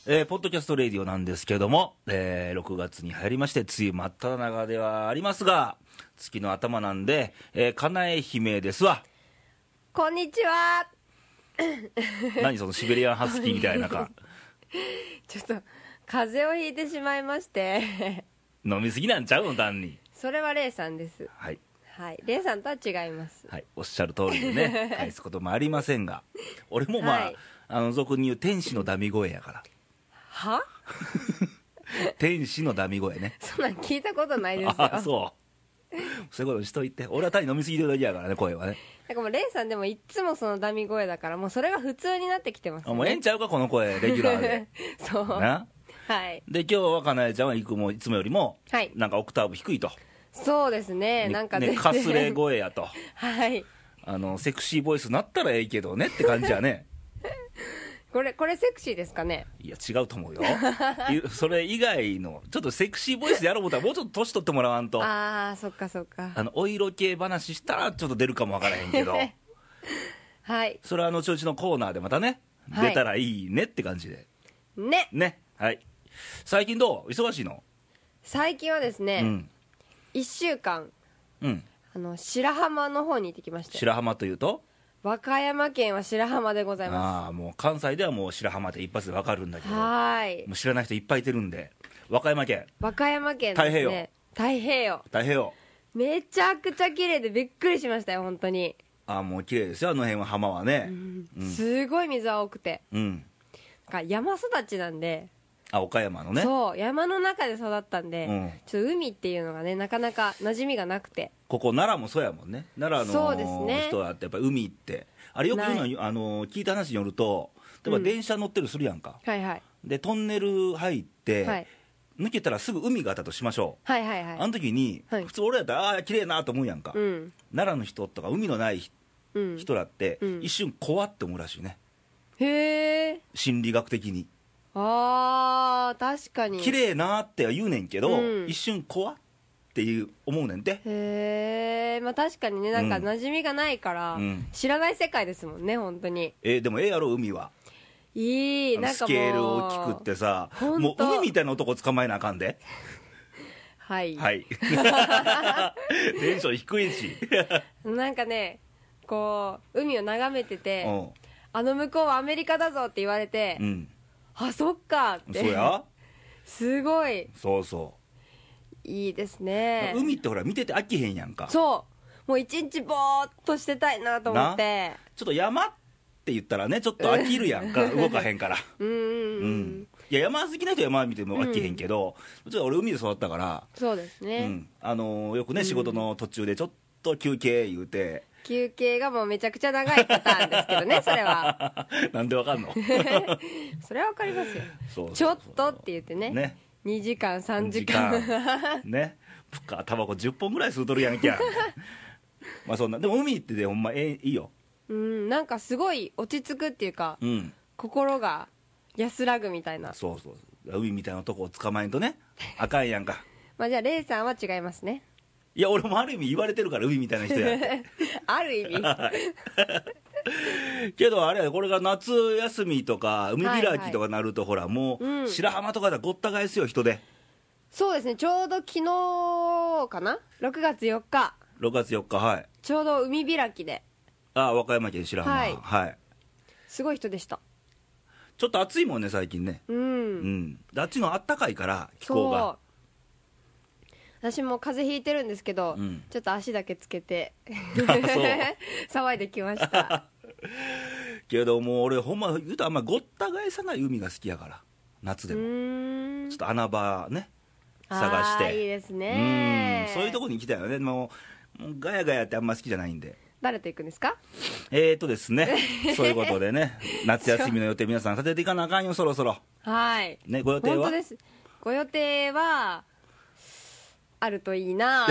ポッドキャストレディオなんですけども、6月に入りまして梅雨真っ只中ではありますが、月の頭なんで、かなえ姫ですわ。 こんにちは。 何そのシベリアンハスキーみたいなかちょっと風邪をひいてしまいまして飲みすぎなんちゃうの単に。 それはレイさんです。 はい、 はい、レイさんとは違います。 はい、おっしゃる通りでね返すこともありませんが、俺もまあ、 はい、 俗に言う天使のダミ声やからは天使のダミ声ね。 そんなん聞いたことないですよ。 あ、そういうことにしといて。俺は単に飲みすぎてるだけやからね、声はね。 なんかもうレイさんでもいっつもそのダミ声だから、もうそれが普通になってきてます、ね、 もうええんちゃうかこの声レギュラーでそうな。 はい。 で今日はかなえちゃんはいつもよりも、 はい、 なんかオクターブ低いと。 そうですね、なんかね、かすれ声やとはい、 セクシーボイスなったらええけどねって感じやねこれセクシーですかね。 いや違うと思うよそれ以外のちょっとセクシーボイスでやろう思ったらもうちょっと年取ってもらわんと。 ああ、そっかそっか。 お色気話したらちょっと出るかもわからへんけどはい、 それは後々のコーナーでまたね、 はい、 出たらいいねって感じでね。 はい。最近どう忙しいの？ 最近はですね、 うん 1週間うん。 白浜の方に行ってきました。 白浜というと和歌山県は白浜でございまああ、もう関西ではもう白浜で一発でわかるんだけす。 ど、 はーい、 もう知らない人いっぱいいてるんで。和歌山県和歌山県ですね。太平洋太平洋。 めちゃくちゃ綺麗でびっくりしましたよ本当に。 ああ、もう綺麗ですよ、あの辺は浜はね。 すごい水青くて、 うん。 なんか山育ちなんで、 あ、岡山のね。 そう山の中で育ったんで、 うんちょっと海っていうのがねなかなか馴染みがなくて。 ここ奈良もそうやもんね。奈良そうですのね人はってやっぱ海ってあれよく言うのは聞いた話によると、例えば電車乗ってるするやんか、 はいはいでトンネル入って、 はい抜けたらすぐ海があったとしましょう。 はいはいはい。 あの時に、 はい普通俺やったらああ綺麗なと思うやんか、 うん奈良の人とか海のないうん人らって、 うん一瞬怖って思うらしいね、 へえ。 心理学的に。 あー確かに。 綺麗なっては言うねんけど、 うん一瞬怖っていう思うねんて。 へえ、まあ確かにね、なんか馴染みがないから、 うん知らない世界ですもんね本当に。 でもやろ海は。 いい、なんかもうスケール大きくってさ、 ほんともう海みたいな男捕まえなあかんで。 はい、 はいテンション低いしなんかねこう海を眺めてて、 うん向こうはアメリカだぞって言われて、 うんあそっかって。 そうやすごいそうそいいですう、 ね。 海ってほら見てて飽きへんやんか。 そうもう一日ぼーっとしてたいなと思ってちょっと山って言ったらねちょっと飽きるやんか動かへんからうんいや山好きな人は山見ても飽きへんけど、ちょっと俺海で育ったから、 そうですね、 よくね仕事の途中でちょっと休憩言うて、 休憩がもうめちゃくちゃ長いパターンですけどねそれはなんでわかんのそれはわかりますよ。 そうそうそうちょっとって言ってねね 2時間3時間ねぷっかタバコ10本ぐらい吸うとるやんきゃまあそんなでも海ってねほんまいいよ。 うんなんかすごい落ち着くっていうか、 うん心が安らぐみたいな。 そうそう海みたいなとこを捕まえんとねあかんやんかまあじゃあレイさんは違いますね。 いや俺もある意味言われてるから海みたいな人やってある意味けどあれやこれが夏休みとか海開きとかなると、ほらもう白浜とかでごった返すよ人で。 そうですね、ちょうど昨日かな、6月4日 6月4日はい。 ちょうど海開きで和歌山県白浜はい、 すごい人でした。 ちょっと暑いもんね最近ね。であっちのあったかいから気候が。 そう私も風邪ひいてるんですけど、ちょっと足だけつけて騒いできましたけどもう俺ほんま言うとあんまごった返さない海が好きやから、夏でもちょっと穴場ね探して。 いいですね。 そういうとこに行きたいよね。もうガヤガヤってあんま好きじゃないんで。 誰と行くんですか？ ですねそういうことでね夏休みの予定皆さん立てていかなあかんよそろそろ。 はいね、ご予定は？ 本当です。ご予定はあるといいな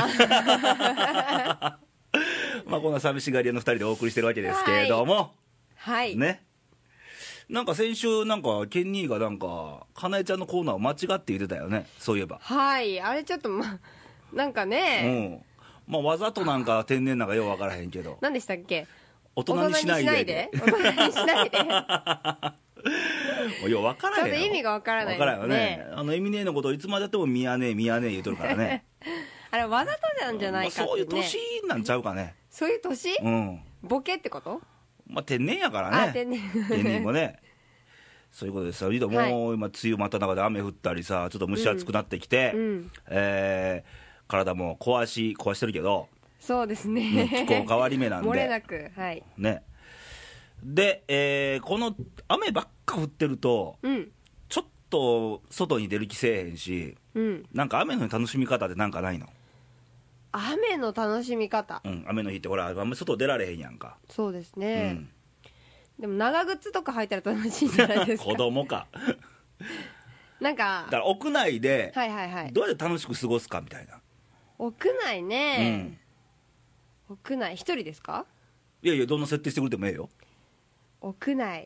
まあこんな寂しがり屋の2人でお送りしてるわけですけれども、 はいね、なんか先週なんかケンニーがなんかかなえちゃんのコーナーを間違って言ってたよね、そういえば。 はいあれちょっとなんかね、 まあわざとなんか天然なんかよう分からへんけど何でしたっけ？ 大人にしないで大人にしないでもうよう分からへんちょっと意味が分からないですね。 分からんよね。エミネのことをいつまでやってもミヤネ言うとるからね。 あれわざとなんじゃないかって、ね、 そういう年なんちゃうかね。 そういう年、 うん、 ボケってこと？ まあ天然やからね。 天然芸人もね。そういうことですよ。もう今梅雨真った中で雨降ったりさ、ちょっと蒸し暑くなってきて、体も壊してるけど、 そうですね、 気候変わり目なんで漏れなく、はいね。で、この雨ばっか降ってると、ちょっと外に出る気せえへんし、なんか雨の楽しみ方ってなんかないの？ 雨の楽しみ方、 雨の日ってほらあんまり外出られへんやんか。 そうですね、でも長靴とか履いたら楽しいんじゃないですか。 子供かなんかだから屋内でどうやって楽しく過ごすかみたいな。 屋内ね、屋内一人ですか？ いやいや、どんな設定してくれてもええよ。 屋内、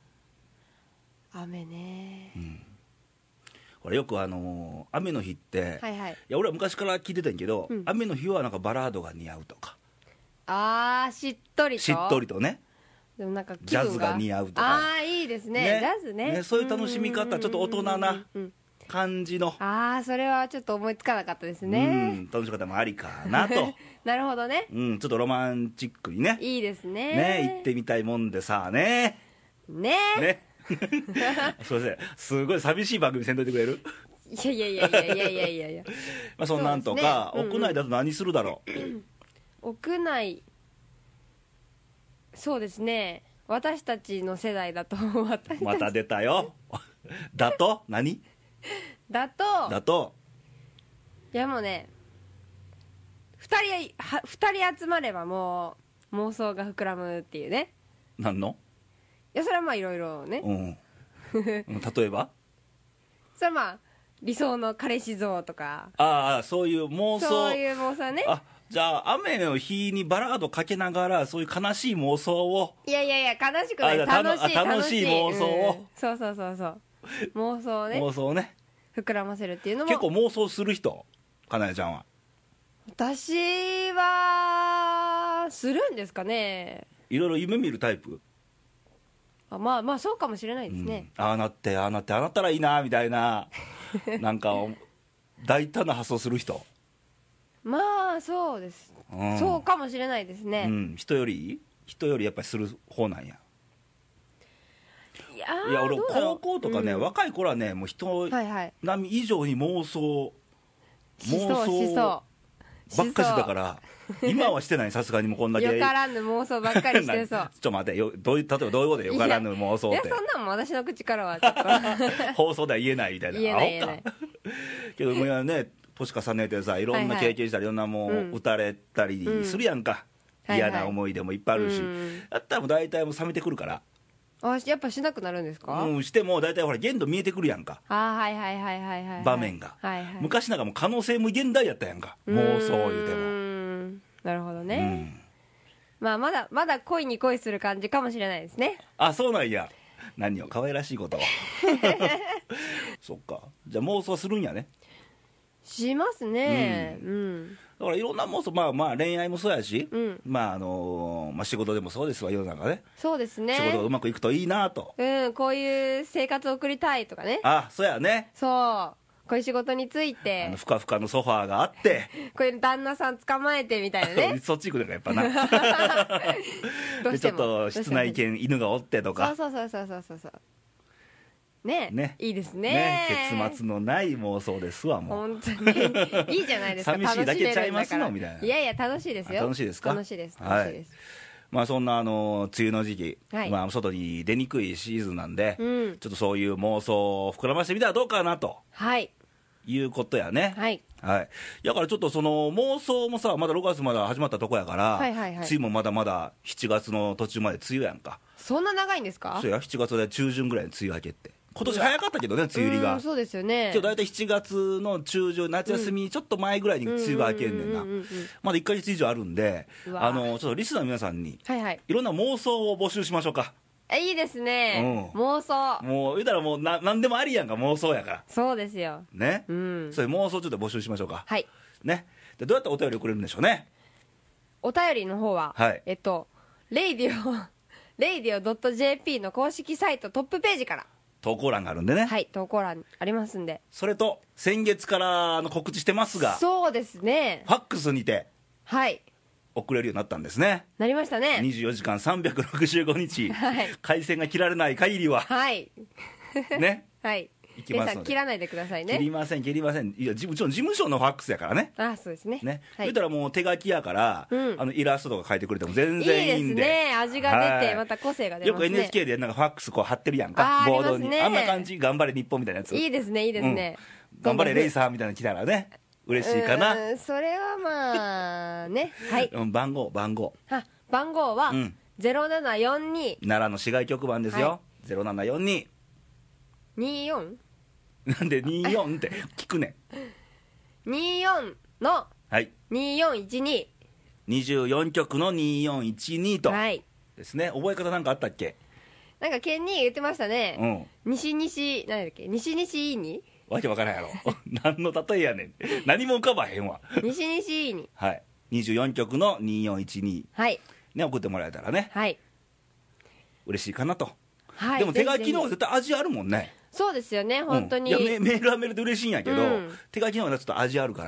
雨ね、 ほらよく雨の日って、いや俺は昔から聞いてたんやけど、雨の日はなんかバラードが似合うとか、 しっとりとね、 でもなんかジャズが似合うとか、 いいですね、ジャズね、 そういう楽しみ方、ちょっと大人な感じの、 それはちょっと思いつかなかったですね。 楽しみ方もありかなとなるほどね、 ちょっとロマンチックにね、 いいですね、 行ってみたいもんでさねすいません、すごい寂しい番組せんといてくれる？ いやまあそんなんとか、屋内だと何するだろう？ 屋内、そうですね、私たちの世代だとまた出たよだと何？だといやもうね、2人集まればもう妄想が膨らむっていうね。 なんの？ いやそれはまあいろいろね、 例えばそれはまあ理想の彼氏像とか、 そういう妄想ね。 じゃあ雨の日にバラードかけながらそういう悲しい妄想を、 いや悲しくない、楽しい妄想を、 そう妄想ね膨らませるっていうのも。 結構妄想する人？かなえちゃんは？ 私はするんですかね。 いろいろ夢見るタイプ？ まあそうかもしれないですね、 ああなったらいいなみたいななんか大胆な発想する人？ まあそうです、そうかもしれないですね、 人よりやっぱりする方なんや。 いや俺高校とかね、若い頃はねもう人並み以上に妄想ばっかしてたから今はしてない、さすがにもうこんだけよからぬ妄想ばっかりしてそう。 ちょっと待って例えばどういうことでよからぬ妄想って。 いやそんなんも私の口からはちょっと放送では言えないみたいな。 言えないけどもうね、年重ねてさいろんな経験したり、いろんなもう打たれたりするやんか、嫌な思い出もいっぱいあるし、だったらもう大体もう冷めてくるから。 やっぱしなくなるんですか？ しても大体ほら限度見えてくるやんか、場面が、昔なんかもう可能性無限大やったやんか、妄想言うても。 なるほどね、まだ恋に恋する感じかもしれないですね。 そうなんや。何を可愛らしいことをそっか、じゃあ妄想するんやね。 しますね、 だからいろんな妄想、まあ恋愛もそうやし、仕事でもそうですわ、世の中ね。 そうですね、 仕事がうまくいくといいなと、 こういう生活を送りたいとかね。 そうやね。 こういう仕事についてふかふかのソファーがあってこういう旦那さん捕まえてみたいなねそっち行くのかやっぱなでちょっと室内犬犬がおってとか、 そうね、いいですね。 結末のない妄想ですわ。もう本当にいいじゃないですか寂しいだけちゃいますのみたいな。 いや楽しいですよ。 楽しいですか？ 楽しいです。 そんな梅雨の時期、外に出にくいシーズンなんで、ちょっとそういう妄想を膨らましてみたらどうかなということやね。だからちょっとその妄想もさ、まだ6月まだ始まったとこやから、梅雨もまだまだ7月の途中まで梅雨やんか。 そんな長いんですか？ そうや、7月で中旬ぐらいに梅雨明けって。今年早かったけどね、梅雨入りが。 そうですよね。 今日大体7月の中旬、夏休みちょっと前ぐらいに梅雨が明けんねんな。まだ1ヶ月以上あるんで、ちょっとリスナーの皆さんにいろんな妄想を募集しましょうか。 いいですね、妄想。 もう言うたらもう何でもありやんか、妄想やから。 そうですよね、そういう妄想ちょっと募集しましょうか。ね、でどうやってお便り送れるんでしょうね。 お便りの方は、レイディオ radio.jp の公式サイトトップページから投稿欄があるんでね。 はい、投稿欄ありますんで。 それと先月から告知してますが、 そうですね、 ファックスにてはい送れるようになったんですね。 なりましたね。 24時間365日、はい、回線が切られない限りは、 はいねはい行きますので、 切らないでくださいね。 切りません切りません。いや、うちの事務所のファックスやからね。 あ、そうですね。 ね、 はい、 言ったらもう手書きやから、イラストとか書いてくれても全然いいんで。 いいですね、味が出て、また個性が出ますね。 よく NHK でなんかファックスこう貼ってるやんか、ボードに。あんな感じ、頑張れ日本みたいなやつ。 いいですね、いいですね。 頑張れレイサーみたいなの来たらね、嬉しいかな。 それはまあね、はい。 番号番号は0742、 奈良の市外局番ですよ。0742 24 なんで24って聞くねん。24の2412、 24局の2412と、 はいですね。覚え方なんかあったっけ？ なんかケンニー言ってましたね。西何だっけ、西いいにわけわからんやろ何の例えやねん何も浮かばへんわ西いいに、 はい、24局の2412、 はいね、送ってもらえたらね、 はい、 嬉しいかなと、 はい、 でも手書きの方が絶対味あるもんね。 そうですよね、本当に。 いや、メールはメールで嬉しいんやけど、手書きの方がちょっと味あるから、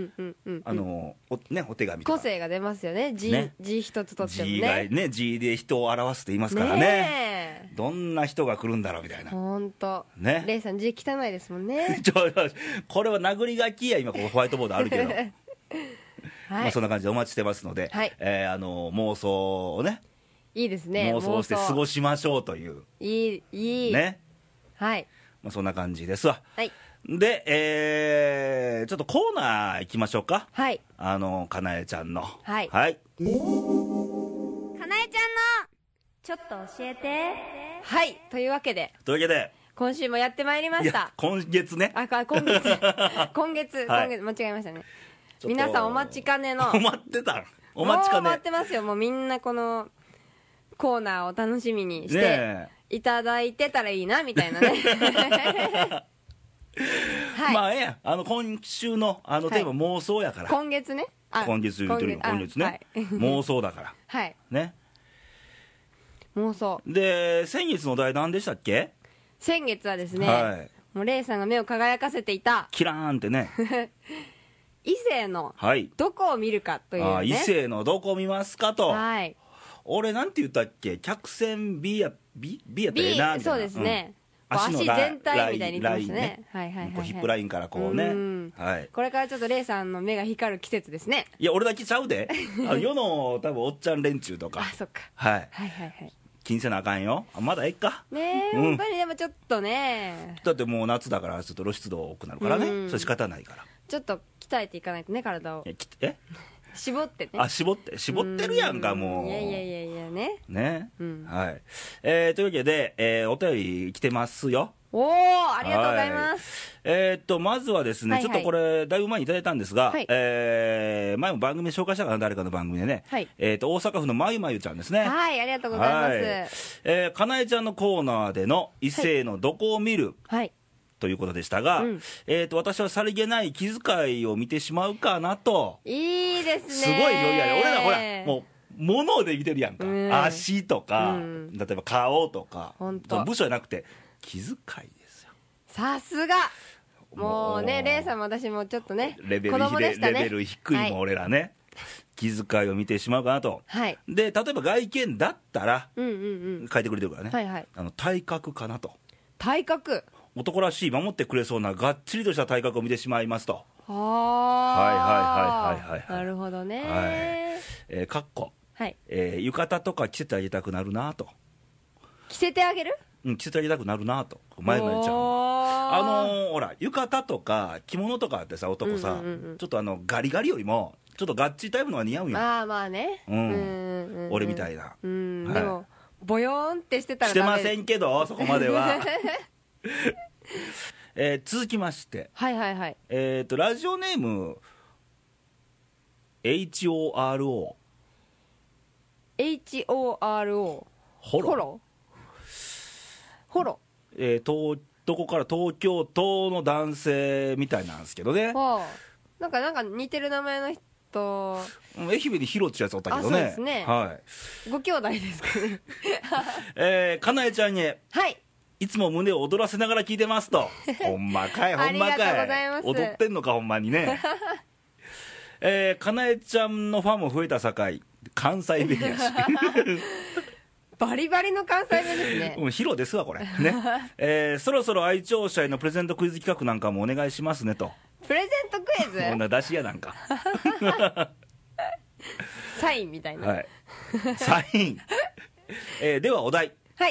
お手紙とか個性が出ますよね、字一つとってもね。 字がね、字で人を表すって言いますからね。どんな人が来るんだろうみたいな。 本当ね、 レイさん字汚いですもんねこれは殴り書きや、今ここホワイトボードあるけどはいまあそんな感じでお待ちしてますので、はい、妄想をね、 いいですね、 妄想して過ごしましょうという、 いいね、 はい、 まあ、そんな感じですわ。 はい、 で、ちょっとコーナー行きましょうか。 はい、 かなえちゃんの、 はい、 はい、 かなえちゃんのちょっと教えて。はい、というわけで今週もやってまいりました。 今月ね、 今月間違えましたね。皆さんお待ちかねの、 待ってますよ。もうみんなこのコーナーを楽しみにしていただいてたらいいなみたいなねはい、まあ今週のテーマ妄想やから、 今月ね、 今月言うてるよ、今月ね、妄想だからはいね、 妄想で、先月のお題何でしたっけ？ 先月はですね、もうレイさんが目を輝かせていたキラーンってね異性のどこを見るかというね、 異性のどこを見ますかと、 はい、 俺なんて言ったっけ、客船 B やったらええなみたいな。 そうですね、足全体みたいに言ってましたね。 ヒップラインからこうね、はい、 これからちょっとレイさんの目が光る季節ですね。 いや、俺だけちゃうで世の多分おっちゃん連中とか、 そっか、 はい気にせなあかんよ。まだええかね、本当に。でもちょっとね、 だってもう夏だからちょっと露出度多くなるからね、それ仕方ないから、 ちょっと鍛えていかないとね、体を絞ってね。 絞ってるやんか、もう。 いやね。 はい。というわけで、お便り来てますよ。 おー、ありがとうございます。 まずはですね、ちょっとこれ、だいぶ前にいただいたんですが、前も番組で紹介したかな、誰かの番組でね、大阪府のまゆまゆちゃんですね。 はい、ありがとうございます。 かなえちゃんのコーナーでの異性のどこを見る、ということでしたが、私はさりげない気遣いを見てしまうかなと。 いいですね。 すごい余裕やね。俺らほら、もう、物で見てるやんか。足とか、例えば顔とか、部署じゃなくて、気遣いですよ。 さすが。もうね、レイさんも私もちょっとね、 レベル低いも俺らね、気遣いを見てしまうかなと。で、例えば外見だったら、書いてくれてるからね、体格かなと。 体格、 男らしい、守ってくれそうながっちりとした体格を見てしまいますと。 なるほどね。 かっこ、浴衣とか着せてあげたくなるなと。 着せてあげる？ 着せてあげたくなるなと、前々ちゃんは。ほら、浴衣とか着物とかってさ、男さ、ちょっとガリガリよりも、ちょっとガッチリタイプのが似合うんや。 まあね。 俺みたいな。 でも、ボヨーンってしてたらしてませんけど、そこまでは。続きまして、ラジオネーム HORO ホロ、どこから東京都の男性みたいなんですけどね。 なんか似てる名前の愛媛にヒロってやつおったけどね。 そうですね、 はい、ご兄弟ですかね。 かなえちゃんへ、 はい、 いつも胸を躍らせながら聞いてますと。ほんまかい、ほんまかい。 ありがとうございます。 踊ってんのか、ほんまにね。かなえちゃんのファンも増えたさかい、関西弁やし。 バリバリの関西弁ですね。 ヒロですわ、これ。ね。そろそろ愛聴者へのプレゼントクイズ企画なんかもお願いしますねと。 プレゼントクイズ？ こんな出しやなんか。 サインみたいな。 はい。サイン。ではお題。 はい。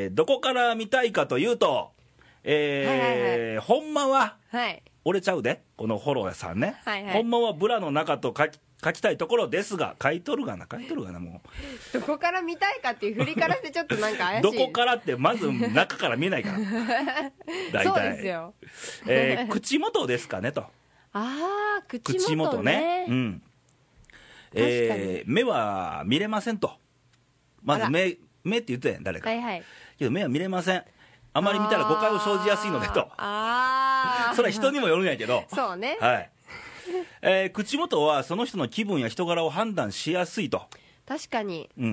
どこから見たいかというと、ほんまは、 はい、 俺ちゃうで、このフォローさんね。 はいはい、 ほんまはブラの中と書きたいところですが、書いとるがな、もう。どこから見たいかっていう振りからしてちょっとなんか怪しい。 どこからって、まず中から見えないから。大体。 そうですよ。 口元ですかねと。 ああ、口元ね。 うん。目は見れませんと。まず目って言ってたやん、誰か。 はいはい。 けど目は見れません。あまり見たら誤解を生じやすいのでと。 ああ。 それは人にもよるんやけど。 そうね。 はい。口元はその人の気分や人柄を判断しやすいと。 確かに。 うん。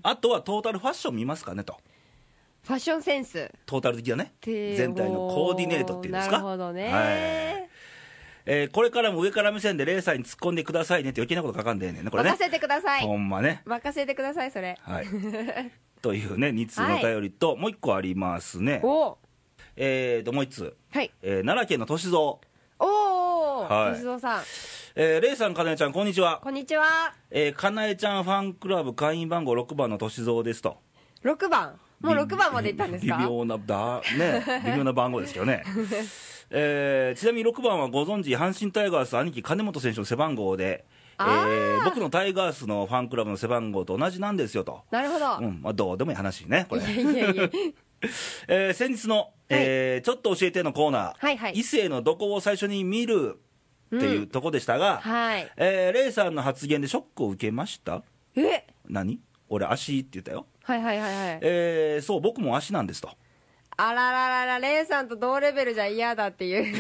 あとはトータルファッション見ますかねと。 ファッションセンス。 トータル的だね。全体のコーディネートっていうんですか。 なるほどね。 はい。これからも上から目線で0歳に突っ込んでくださいねって余計なこと書かんでええねんね、これね。 任せてください。 ほんまね。 任せてください、それ。 はい。というね、2通のお便りと、もう1個ありますね。 おもう1通。 はい。 奈良県の歳三。 おー、歳三さん。 レイさん、かなえちゃん、こんにちは。 こんにちは。 かなえちゃんファンクラブ会員番号6番の歳三ですと。 6番もう6番までいったんですか？ 微妙な番号ですけどね。ちなみに6番はご存知、阪神タイガース兄貴金本選手の背番号で、僕のタイガースのファンクラブの背番号と同じなんですよと。 なるほど。 まあ、どうでもいい話ね、これ。 いや先日の、ちょっと教えてのコーナー、異性のどこを最初に見るっていうとこでしたが、レイさんの発言でショックを受けました？何？俺足って言ったよ。そう、僕も足なんですと。 あらららら、レイさんと同レベルじゃ嫌だっていう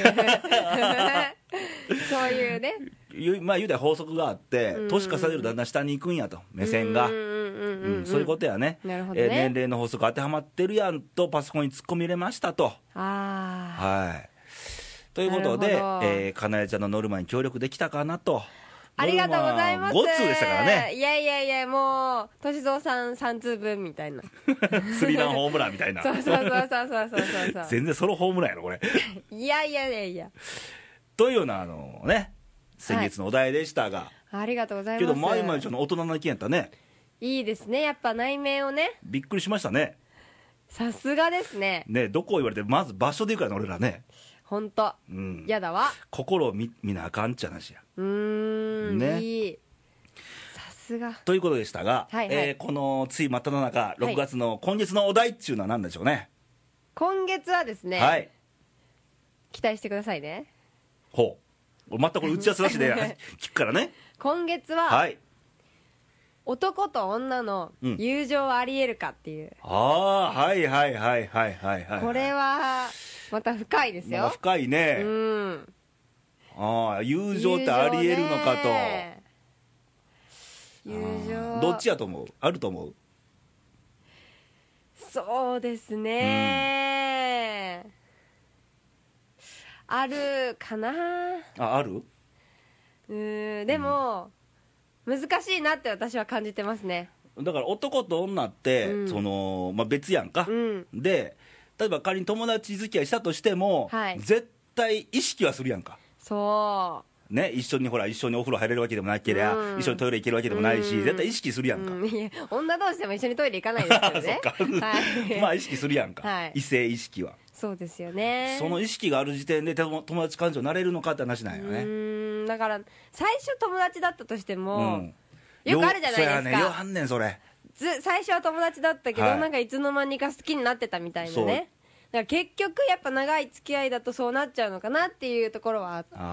そういうね、 まあ言うたら法則があって、年重ねるとだんだん下に行くんやと、目線が。そういうことやね。 なるほどね。 年齢の法則当てはまってるやんとパソコンに突っ込み入れましたと。はい。ということで、かなえちゃんのノルマに協力できたかなと。 ありがとうございます。 5通でしたからね。 いや、もう、歳三さん3通分みたいな。 スリーランホームランみたいな。 そう。 全然ソロホームランやろ、これ。 いや。 というような、ね、先月のお題でしたが。 ありがとうございます。 けど、まいまいちゃんの大人の意見やったね。 いいですね、やっぱ内面をね。 びっくりしましたね。 さすがですね。 ね、どこを言われて、まず場所で言うからね、俺らね。 ほんと。やだわ。 心を見なあかんっちゃ話や。 ね。いい。さすが。 ということでしたが、このつい真っ只中、6月の今月のお題っていうのは何でしょうね。 今月はですね、期待してくださいね。 ほう。全く打ち合わせなしで聞くからね。 今月は、男と女の友情はありえるかっていう。 はい。 これは、また深いですよ。 深いね。友情ってありえるのかと。 友情。 どっちやと思う？あると思う？ そうですね。あるかな。 ある？ でも、難しいなって私は感じてますね。 だから男と女って、別やんか。で、例えば仮に友達付き合いしたとしても、絶対意識はするやんか。 そうね、一緒にお風呂入れるわけでもなければ、一緒にトイレ行けるわけでもないし、絶対意識するやんか。 女同士でも一緒にトイレ行かないですけどね。 そっか。まあ意識するやんか、異性意識は。 そうですよね。 その意識がある時点で友達感情になれるのかって話なんよね。 だから最初友達だったとしても、よくあるじゃないですか。そうやね、 よあんねんそれ。 最初は友達だったけど、なんかいつの間にか好きになってたみたいなね。だから結局やっぱ長い付き合いだとそうなっちゃうのかなっていうところはあって、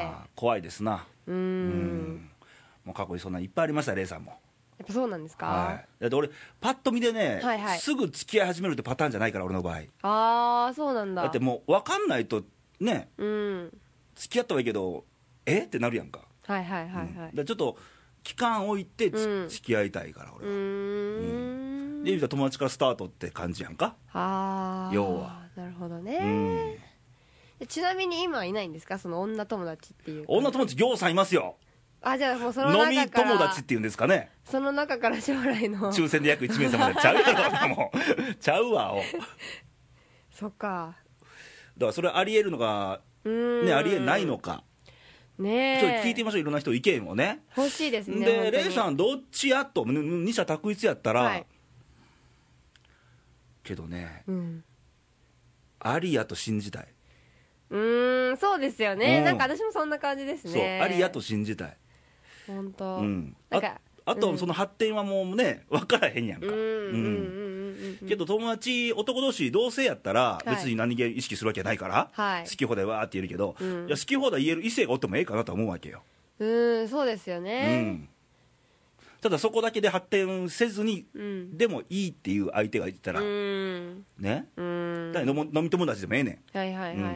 怖いですな。もう過去にそんなんいっぱいありました、レイさんも。 やっぱそうなんですか？ だって俺パッと見でね、すぐ付き合い始めるってパターンじゃないから、俺の場合。 そうなんだ。 だってもう分かんないとね、付き合ったはいいけどってなるやんか。 はいはいはいはい、 でちょっと期間置いて付き合いたいから俺は。で言うたら友達からスタートって感じやんか。要は。 なるほどね。ちなみに今はいないんですか、その女友達っていう。 女友達ぎょうさんいますよ。 じゃあもうその中から飲み友達っていうんですかね。 その中から将来の抽選で約1名様でちゃうやろもうちゃうわお。 そっか。 だからそれありえるのかね、ありえないのかねえ、 ちょっと聞いてみましょう、いろんな人意見をね。 欲しいですね。 でレイさんどっちやと二者択一やったら、はい、けどね、ありやと信じたい。 そうですよね、なんか私もそんな感じですね。 そう、ありやと信じたい。 本当。 あとその発展はもうね分からへんやんか。けど友達男同士同性やったら別に何気意識するわけないから、はい、好き放題わーって言えるけど、いや好き放題言える異性がおってもええかなと思うわけよ。 そうですよね。 ただそこだけで発展せずに、でもいいっていう相手がいたらね、だから飲み友達でもええねん。 はいはいはいはいはい、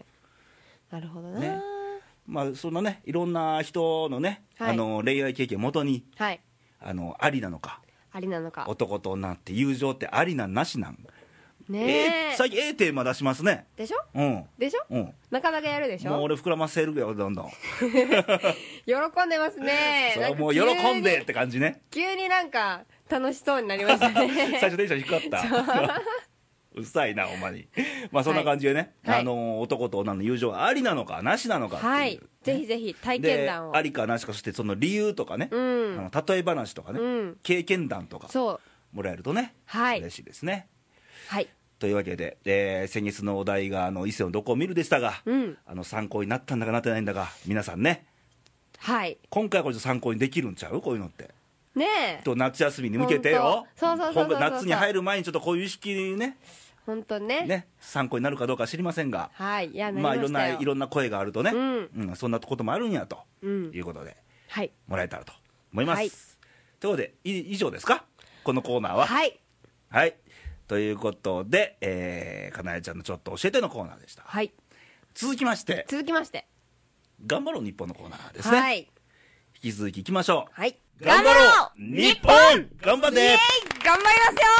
なるほどな、ね。 まあそんなねいろんな人のね、はい、恋愛経験をもとに、はい、ありなのかありなのか、 男と女って友情ってありなんなしなんね。 最近テーマ出しますね。 でしょ、でしょ、なかなかやるでしょ。 もう俺膨らませるよどんどん喜んでますね。 そうもう喜んでって感じね。 急になんか楽しそうになりましたね最初テンション低かったうっさいなほんまにまあそんな感じでね、はい、男と女の友情はありなのかなしなのかっていう、 はい、ぜひぜひ体験談をありかなしか、そしてその理由とかね、例え話とかね、経験談とかもらえるとね、嬉しいですね。はい、というわけで、先日のお題が伊勢のどこを見るでしたが、参考になったんだかなってないんだか皆さんね、はい、今回はこれ参考にできるんちゃう、こういうのってね。と夏休みに向けてよ、夏に入る前にちょっとこういう意識にね、 本当ね、 参考になるかどうか知りませんが、はい、まあいろんな声があるとね、そんなこともあるんやということで、もらえたらと思います。ということで以上ですか、このコーナーは。はい、はい、ということで、かなえちゃんのちょっと教えてのコーナーでした。はい、続きまして頑張ろう日本のコーナーですね。はい、引き続きいきましょう。はい、頑張ろう日本、頑張って、 頑張りますよ。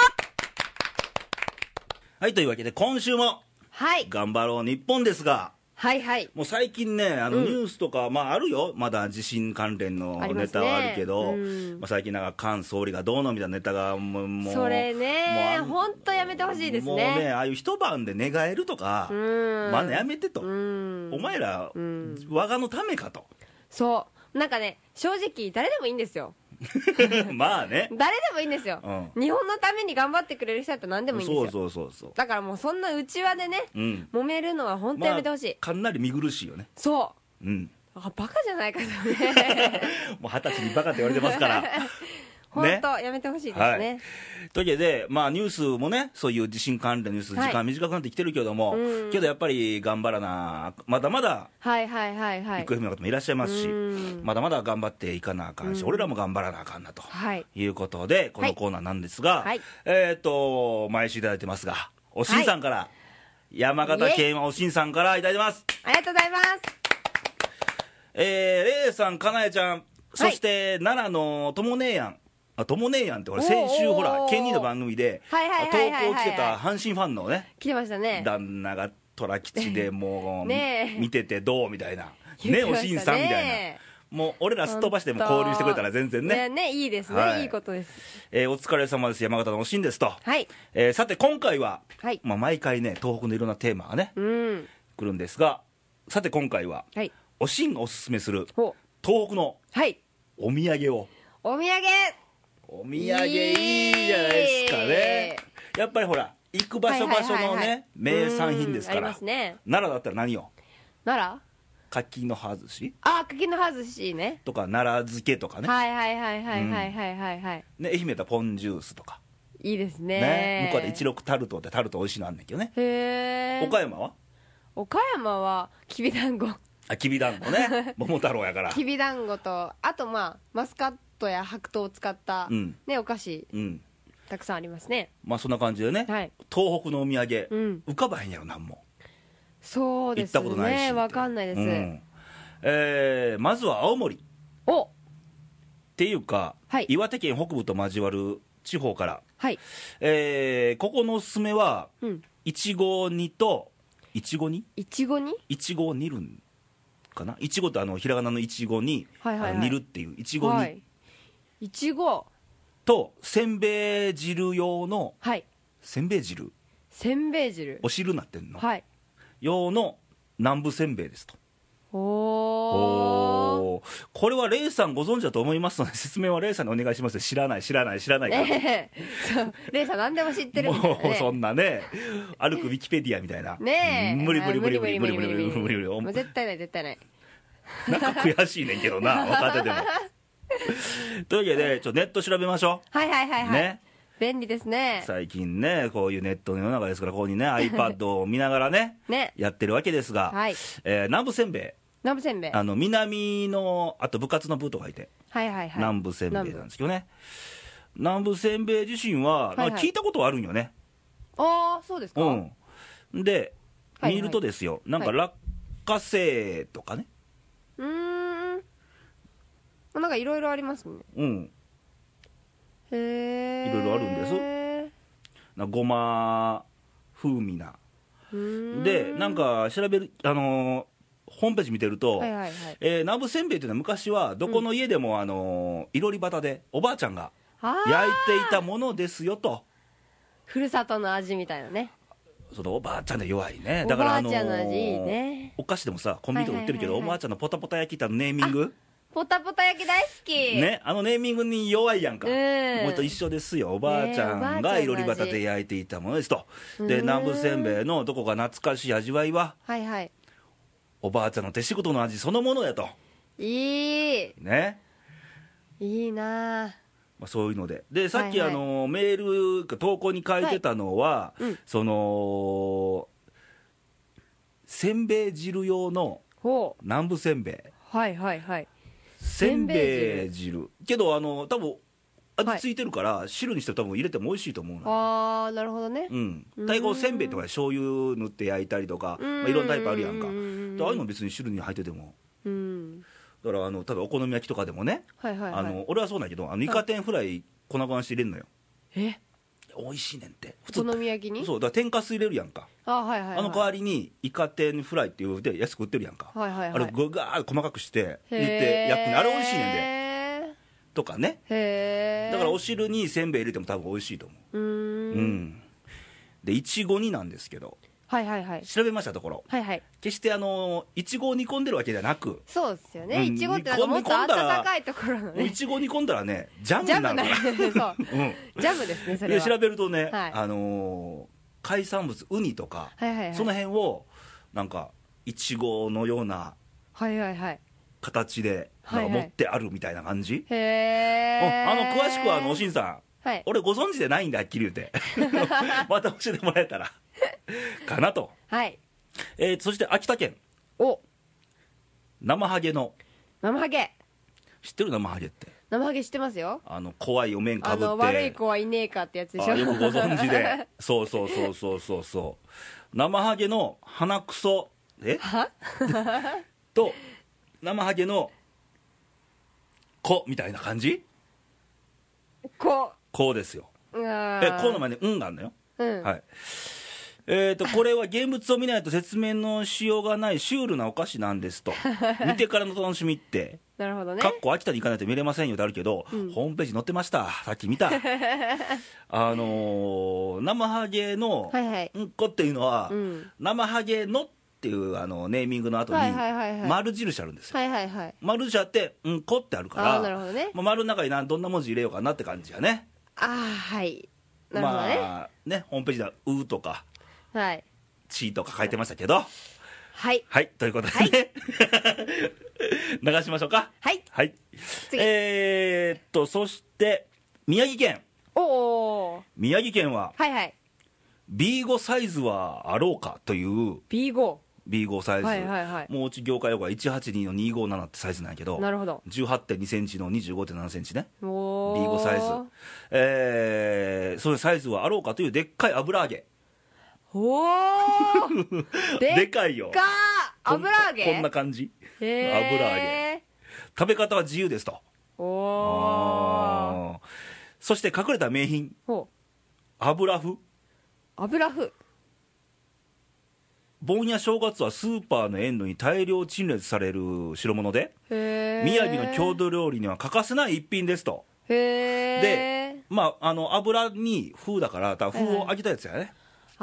はい、というわけで今週も頑張ろう日本ですが、はいはい、もう最近ねニュースとか、まああるよ、まだ地震関連のネタはあるけど、まあ、最近なんか菅総理がどうのみたいなネタがもうそれね、本当やめてほしいですね。 もうね、ああいう一晩で寝返るとかまだやめてと、お前ら我がのためかと。 そうなんかね、正直誰でもいいんですよまあね、 誰でもいいんですよ、日本のために頑張ってくれる人だったら何でもいいんですよ。そうだからもうそんな内輪でね、揉めるのは本当やめてほしい。 かなり見苦しいよね。 そう、バカじゃないかとねもう20歳にバカって言われてますから本当やめてほしいですね。 というわけで、まあニュースもね、そういう地震関連のニュース、時間短くなってきてるけども、けどやっぱり頑張らな、まだまだ行方不明の方もいらっしゃいますし、まだまだ頑張っていかなあかんし、俺らも頑張らなあかんなということで、このコーナーなんですが、毎週いただいてますが、おしんさんから、山形県はおしんさんからいただいてます。 ありがとうございます。 レイさん、かなえちゃん、そして奈良のとも姉やん、とも姉やんって俺先週ほらケニーの番組で投稿来てた阪神ファンのね、 来てましたね、 旦那が虎吉でもう見ててどうみたいなね、おしんさんみたいな、もう俺らすっ飛ばしても交流してくれたら全然ね、 いいですね、いいことです。 お疲れ様です、山形のおしんですと。さて今回は毎回ね東北のいろんなテーマがね来るんですが、さて今回はおしんがおすすめする東北のお土産を、 お土産いいじゃないですかね。やっぱりほら行く場所場所のね名産品ですから。奈良だったら何よ、 奈良柿の葉寿司、 柿の葉寿司ねとか奈良漬けとかね、 愛媛だったらポンジュースとかいいですね。 向こうで一六タルトってタルト美味しいのあんねんけどね。岡山はきびだんご、 きびだんごね桃太郎やからきびだんごと、あとまあマスカットや白桃を使ったお菓子たくさんありますね。 まあそんな感じでね、東北のお土産浮かばへんやろなんも。 そうですね、分かんないです。 まずは青森っていうか、 はい、 岩手県北部と交わる地方から、 はい、 ここのおすすめは、いちご煮といちご煮いちご煮るんかな。いちごってひらがなのいちごに、煮るっていういちご煮、 いちごとせんべい汁用の、せんべい汁お汁になってんの、用の南部せんべいですと。これはレイさんご存知だと思いますので、説明はレイさんにお願いします。知らないそうレイさん何でも知ってるみたいな、 もうそんなね、歩くウィキペディアみたいな、無理もう絶対ないなんか悔しいねんけどな、分かっててもというわけでネット調べましょう。ね、 便利ですね。 最近ね、こういうネットの世の中ですから、ここにね iPad を見ながらねやってるわけですが、南部せんべい、南のあと部活の部と書いて、南部せんべいなんですけどね。南部せんべい自身は、聞いたことはあるんよね。 そうですか。 で、見るとですよ、なんか落花生とかね、 なんかいろいろありますね。いろいろあるんです。ごま風味なで、なんか調べるホームページ見てると、南部せんべいというのは昔はどこの家でもいろり端でおばあちゃんが焼いていたものですよと。 ふるさとの味みたいなね。 そのおばあちゃんで弱いね。だからおばあちゃんの味いいね。 お菓子でもさ、コンビニとか売ってるけど、おばあちゃんのポタポタ焼きってネーミング、 ポタポタ焼き大好きね、ネーミングに弱いやんか、もうと一緒ですよ。おばあちゃんがいろり端で焼いていたものですと。で、南部せんべいのどこか懐かしい味わいは、おばあちゃんの手仕事の味そのものやと。いいね、 いいな。 そういうので、さっきメール投稿に書いてたのは、そのせんべい汁用の南部せんべい、せんべい汁けど多分味付いてるから、汁にして多分入れても美味しいと思うの。 なるほどね。 大概せんべいとか醤油塗って焼いたりとか、いろんなタイプあるやんか。ああいうの別に汁に入ってても、だから例えばお好み焼きとかでもね、俺はそうだけど、イカ天フライ粉々して入れるのよ。美味しいねんって。 お好み焼きにそうだから天かす入れるやんか。代わりにイカ天フライっていうで安く売ってるやんか。あれグガーッ細かくして入れて焼くの、あれ美味しいねんでとかね。だからお汁にせんべい入れても多分美味しいと思う。でいちご煮なんですけど、調べましたところ、決していちごを煮込んでるわけじゃなく、 そうですよね、いちごってなんかもっと温かいところのね、 いちご煮込んだらねジャムになるからジャムですね。それは調べるとね、海産物ウニとか、その辺をなんかいちごのような形でなんか持ってあるみたいな感じ。詳しくはおしんさん、俺ご存知でないんではっきり言うてまた教えてもらえたらかなと。そして秋田県、生ハゲの生ハゲ知ってる？生ハゲって生ハゲ知ってますよ。 怖いお面かぶって悪い子はいねえかってやつでしょ。 よくご存知でそう生ハゲの鼻くそと生ハゲの子みたいな感じ。子ですよ。子の前にがあるのよ。これは現物を見ないと説明のしようがないシュールなお菓子なんですと見てからの楽しみってなるほどね。 かっこ秋田に行かないと見れませんよってあるけど、ホームページ載ってました。さっき見た生ハゲのんこっていうのは、生ハゲのっていうネーミングの後に丸印あるんですよ。丸印あってんこってあるから、丸の中にどんな文字入れようかなって感じやね。なるほどね。ホームページではうとかちとか書いてましたけど、ということでね、流しましょうか。そして宮城県はB5 サイズはあろうかという B5 サイズ、もううち業界用語は182の257ってサイズなんやけど、18.2 センチの 25.7 センチね、B5 サイズ、そういうサイズはあろうかというでっかい油揚げ。でかいよ。 油揚げ、 こんな感じ。油揚げ。食べ方は自由ですと。 おー。 そして隠れた名品、油麩。 油麩。 盆や正月はスーパーの遠路に大量陳列される代物で、宮城の郷土料理には欠かせない一品ですと。で、まあ、油に麩だから、麩を揚げたやつやね。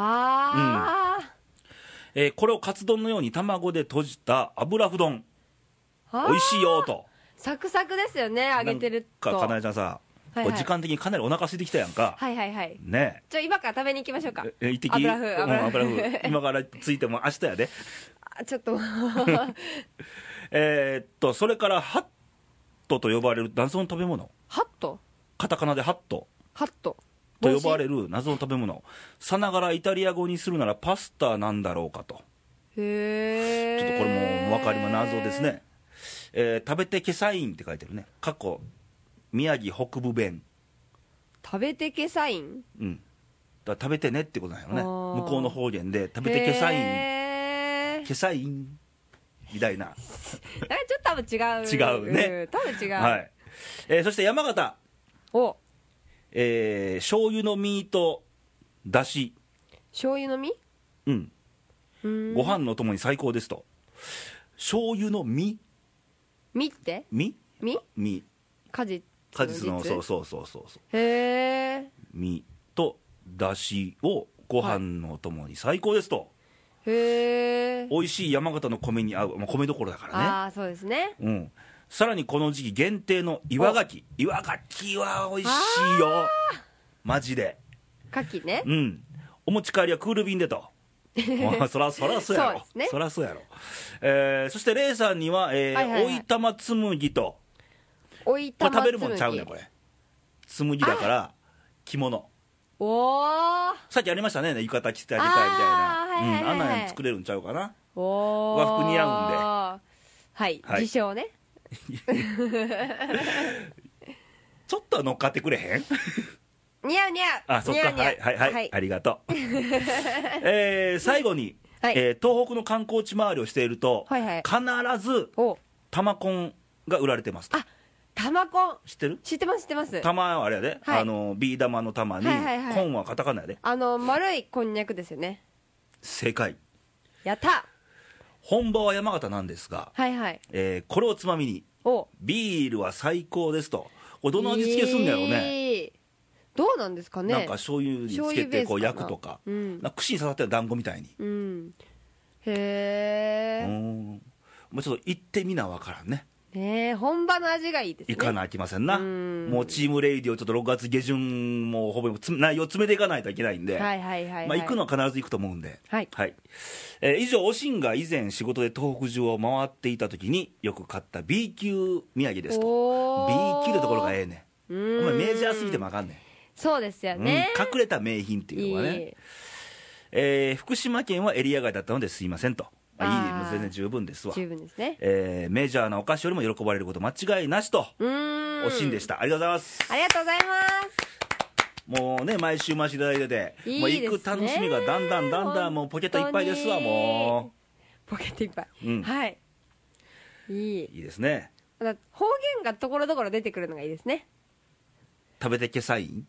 これをカツ丼のように卵で閉じた油麩丼。美味しいよと。 サクサクですよね、揚げてると。 かなえちゃんさ、時間的にかなりお腹空いてきたやんか。 はいはいはい。 ね。 今から食べに行きましょうか。 行ってき。油麩。今からついても明日やで。 ちょっと。 それからハットと呼ばれる謎の食べ物。 ハット？ カタカナでハット。 ハット。 と呼ばれる謎の食べ物。さながらイタリア語にするならパスタなんだろうかと。 へー。 ちょっとこれも分かりま謎ですね。食べてけさいんって書いてるね。過去宮城北部弁。 食べてけさいん。 うん。だから食べてねってことなんやろね。向こうの方言で食べてけさいん。けさいんみたいな。 ちょっと多分違う。 違うね。 多分違う。 はい。そして山形。醤油の実とだし。 醤油の実？ うん。ご飯のお供に最高ですと。醤油の実？ 実って？ 実？ 実？果実のそうへえ。 実とだしをご飯のお供に最高ですと。 へえ。 美味しい山形の米に合う、米どころだからね。 ああ、そうですね。 うん。さらにこの時期限定の岩牡蠣は美味しいよ、マジで。 牡蠣ね。 うん。お持ち帰りはクール便でと。そらそうやろ。そらそうやろ。そしてレイさんにはおいたま紬と。 おいたま紬。 食べるもんちゃうねこれ。紬だから着物。 おー。 さっきありましたね、浴衣着てあげたいみたいな。あんなん作れるんちゃうかな。和服似合うんで。 はい、自称ね。 ちょっと乗っかってくれへん？ 似合う似合う。 あ、そっか。はいありがとう。最後に、東北の観光地回りをしていると、必ず玉コンが売られてますと。 あ、玉コン知ってる？ 知ってます。 玉はあれやで、ビー玉の玉にコンはカタカナやで。 丸いこんにゃくですよね。 正解。 やった。 本場は山形なんですが、これをつまみにビールは最高ですと。これどの味付けすんだろうね。 どうなんですかね。 なんか醤油につけてこう焼くとか、串に刺さってる団子みたいに。 へえ。 もうちょっと行ってみな分からんね。 本場の味がいいですね。 行かなあきませんな。もうチームレイディをちょっと6月下旬もほぼ内容詰めていかないといけないんで、行くのは必ず行くと思うんで。以上、おしんが以前仕事で東北中を回っていた時によく買った B 級土産ですと。 B 級のところがええねん。お前メジャーすぎてもあかんねん。 そうですよね。 隠れた名品っていうのがね。福島県はエリア外だったのですいませんと。いい、もう全然十分ですわ。 十分ですね。 メジャーなお菓子よりも喜ばれること間違いなしと。おしんでした。ありがとうございます。 ありがとうございます。もうね、毎週回していただいてて、もう行く楽しみがだんだんもうポケットいっぱいですわ。もうポケットいっぱい。はい。いいですね。 方言がところどころ出てくるのがいいですね。 食べてけさいん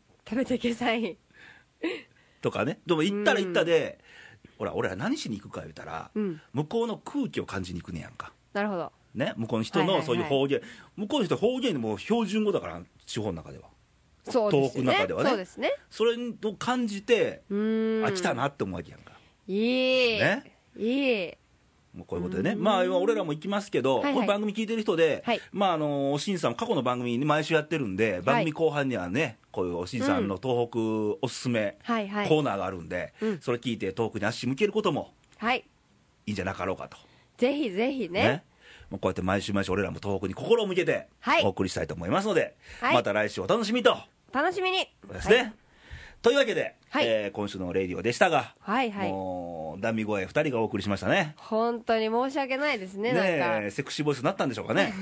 とかね。でも行ったら行ったで、ほら俺ら何しに行くか言うたら、向こうの空気を感じに行くねやんか。 なるほどね。向こうの人のそういう方言、向こうの人方言でも標準語だから、地方の中では。東北の中ではね。 そうですね。 それを感じて、来たなって思うわけやんか。 いいもうこういうことでね、まあ俺らも行きますけど、この番組聞いてる人で、おしんさん過去の番組に毎週やってるんで、番組後半にはね、こういうおしんさんの東北おすすめコーナーがあるんで、それ聞いて東北に足向けることもいいんじゃなかろうかと。 ぜひぜひね。 こうやって毎週俺らも東北に心を向けてお送りしたいと思いますので、また来週お楽しみと。 楽しみにですね。というわけで、今週のレイディオでしたが、もうダミ声2人がお送りしましたね。 本当に申し訳ないですね。なんかセクシーボイスになったんでしょうかね。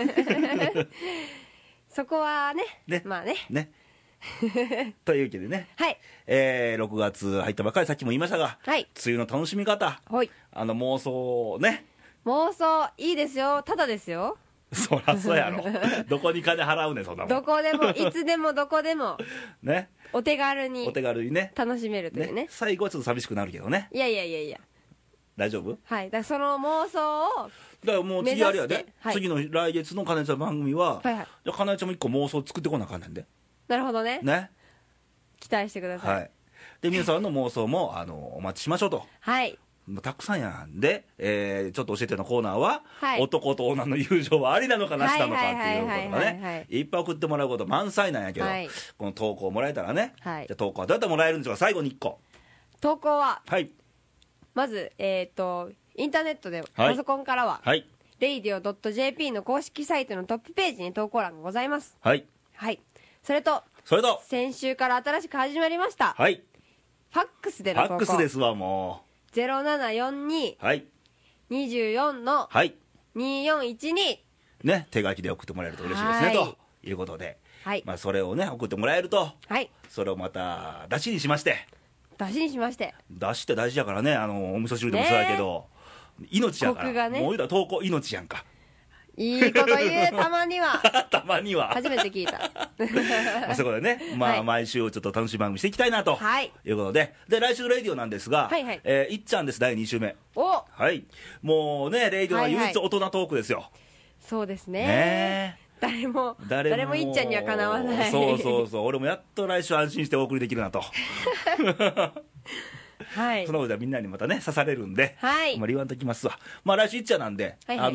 そこはね、まあね。 というわけでね、6月入ったばかり、さっきも言いましたが、梅雨の楽しみ方、妄想をね、 妄想いいですよ、ただですよ。 そらそうやろどこに金払うねんそんなもん。 どこでもいつでもどこでもね、 お手軽にね楽しめるというね。 最後はちょっと寂しくなるけどね。 いやいやいやいや、 大丈夫。 はい、だからその妄想をだからもう次あれやで、 はい、 次の来月のかなえちゃん番組は、はいはい、じゃあかなえちゃんも一個妄想作ってこなあかんねんで。 なるほどね。期待してください。 はい、で皆さんの妄想もお待ちしましょうと。 はい、 たくさんやんで、ちょっと教えてのコーナーは、はい、男と女の友情はありなのかなしなのかっていうことがね、いっぱい送ってもらうこと満載なんやけど、はい、この投稿もらえたらね、はい、じゃあ投稿はどうやってもらえるんでしょうか。最後に1個投稿は、 はい、 まずインターネットでパソコンからは、はい、radio.jp の公式サイトのトップページに投稿欄がございます。 はい、 はい、それと先週から新しく始まりました、はい、ファックスでの投稿。 ファックスですわ。もう 0742、はい、24の、はい、2412 ね、手書きで送ってもらえると嬉しいですね、はい、ということで、はい、まあ、それをね送ってもらえると、はい、それをまた出しにしまして出しって大事やからね。お味噌汁でもそうやけど、命やから、ね、もう言うたら投稿命やんか。 いいこと言う、たまにはたまには初めて聞いたまあそこでね、まあはい、毎週ちょっと楽しい番組していきたいなと、はい、いうことで、来週のレイディオなんですが、はいはい、いっちゃんです。第2週目。お、はい、もうね、レイディオは唯一大人トークですよ。はいはい、そうですね。誰もいっちゃんにはかなわない。そうそうそう、俺もやっと来週安心してお送りできるなとはい、そのことでみんなにまたね刺されるんで、はい、あんまり言わんときますわ。まあ来週いっちゃなんで、はいはい、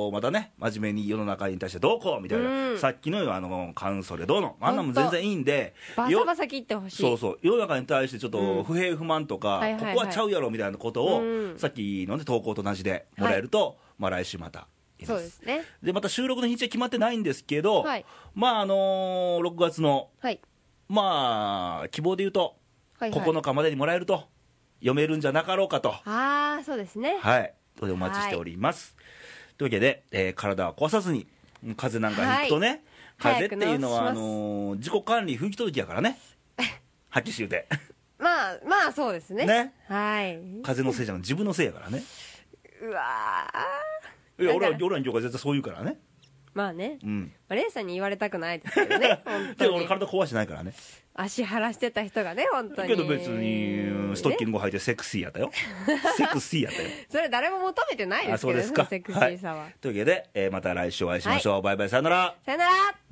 またね真面目に世の中に対してどうこうみたいな、さっきのカンソレどうのあんなも全然いいんで、 バサバサ切ってほしい。 そうそう、世の中に対してちょっと不平不満とか、ここはちゃうやろみたいなことを、さっきの、ね、投稿と同じでもらえると、はい、まあ来週またそうですね。 でまた収録の日にちは決まってないんですけど、はい、まあ6月の、はい、まあ希望で言うと、はいはい、9日までにもらえると読めるんじゃなかろうかと。 ああ、そうですね。 はい、それでお待ちしております、はい、というわけで、体は壊さずに、風邪なんかひくとね、はい、風邪っていうのは自己管理不行き届きやからねはっきり言うてまあそうですね。はい、 風邪のせいじゃなく自分のせいやからね。 うわー、いや俺らの業界絶対そう言うからね。 まあね、レイさんに言われたくないですけどね本当に。 俺体壊してないからね。 足腫らしてた人がね、本当に。 けど別にストッキング履いてセクシーやったよセクシーやったよそれ誰も求めてないですけどね。 そうですか。 セクシーさは、 というわけで、また来週お会いしましょう、はい、バイバイ、さよなら。 さよなら。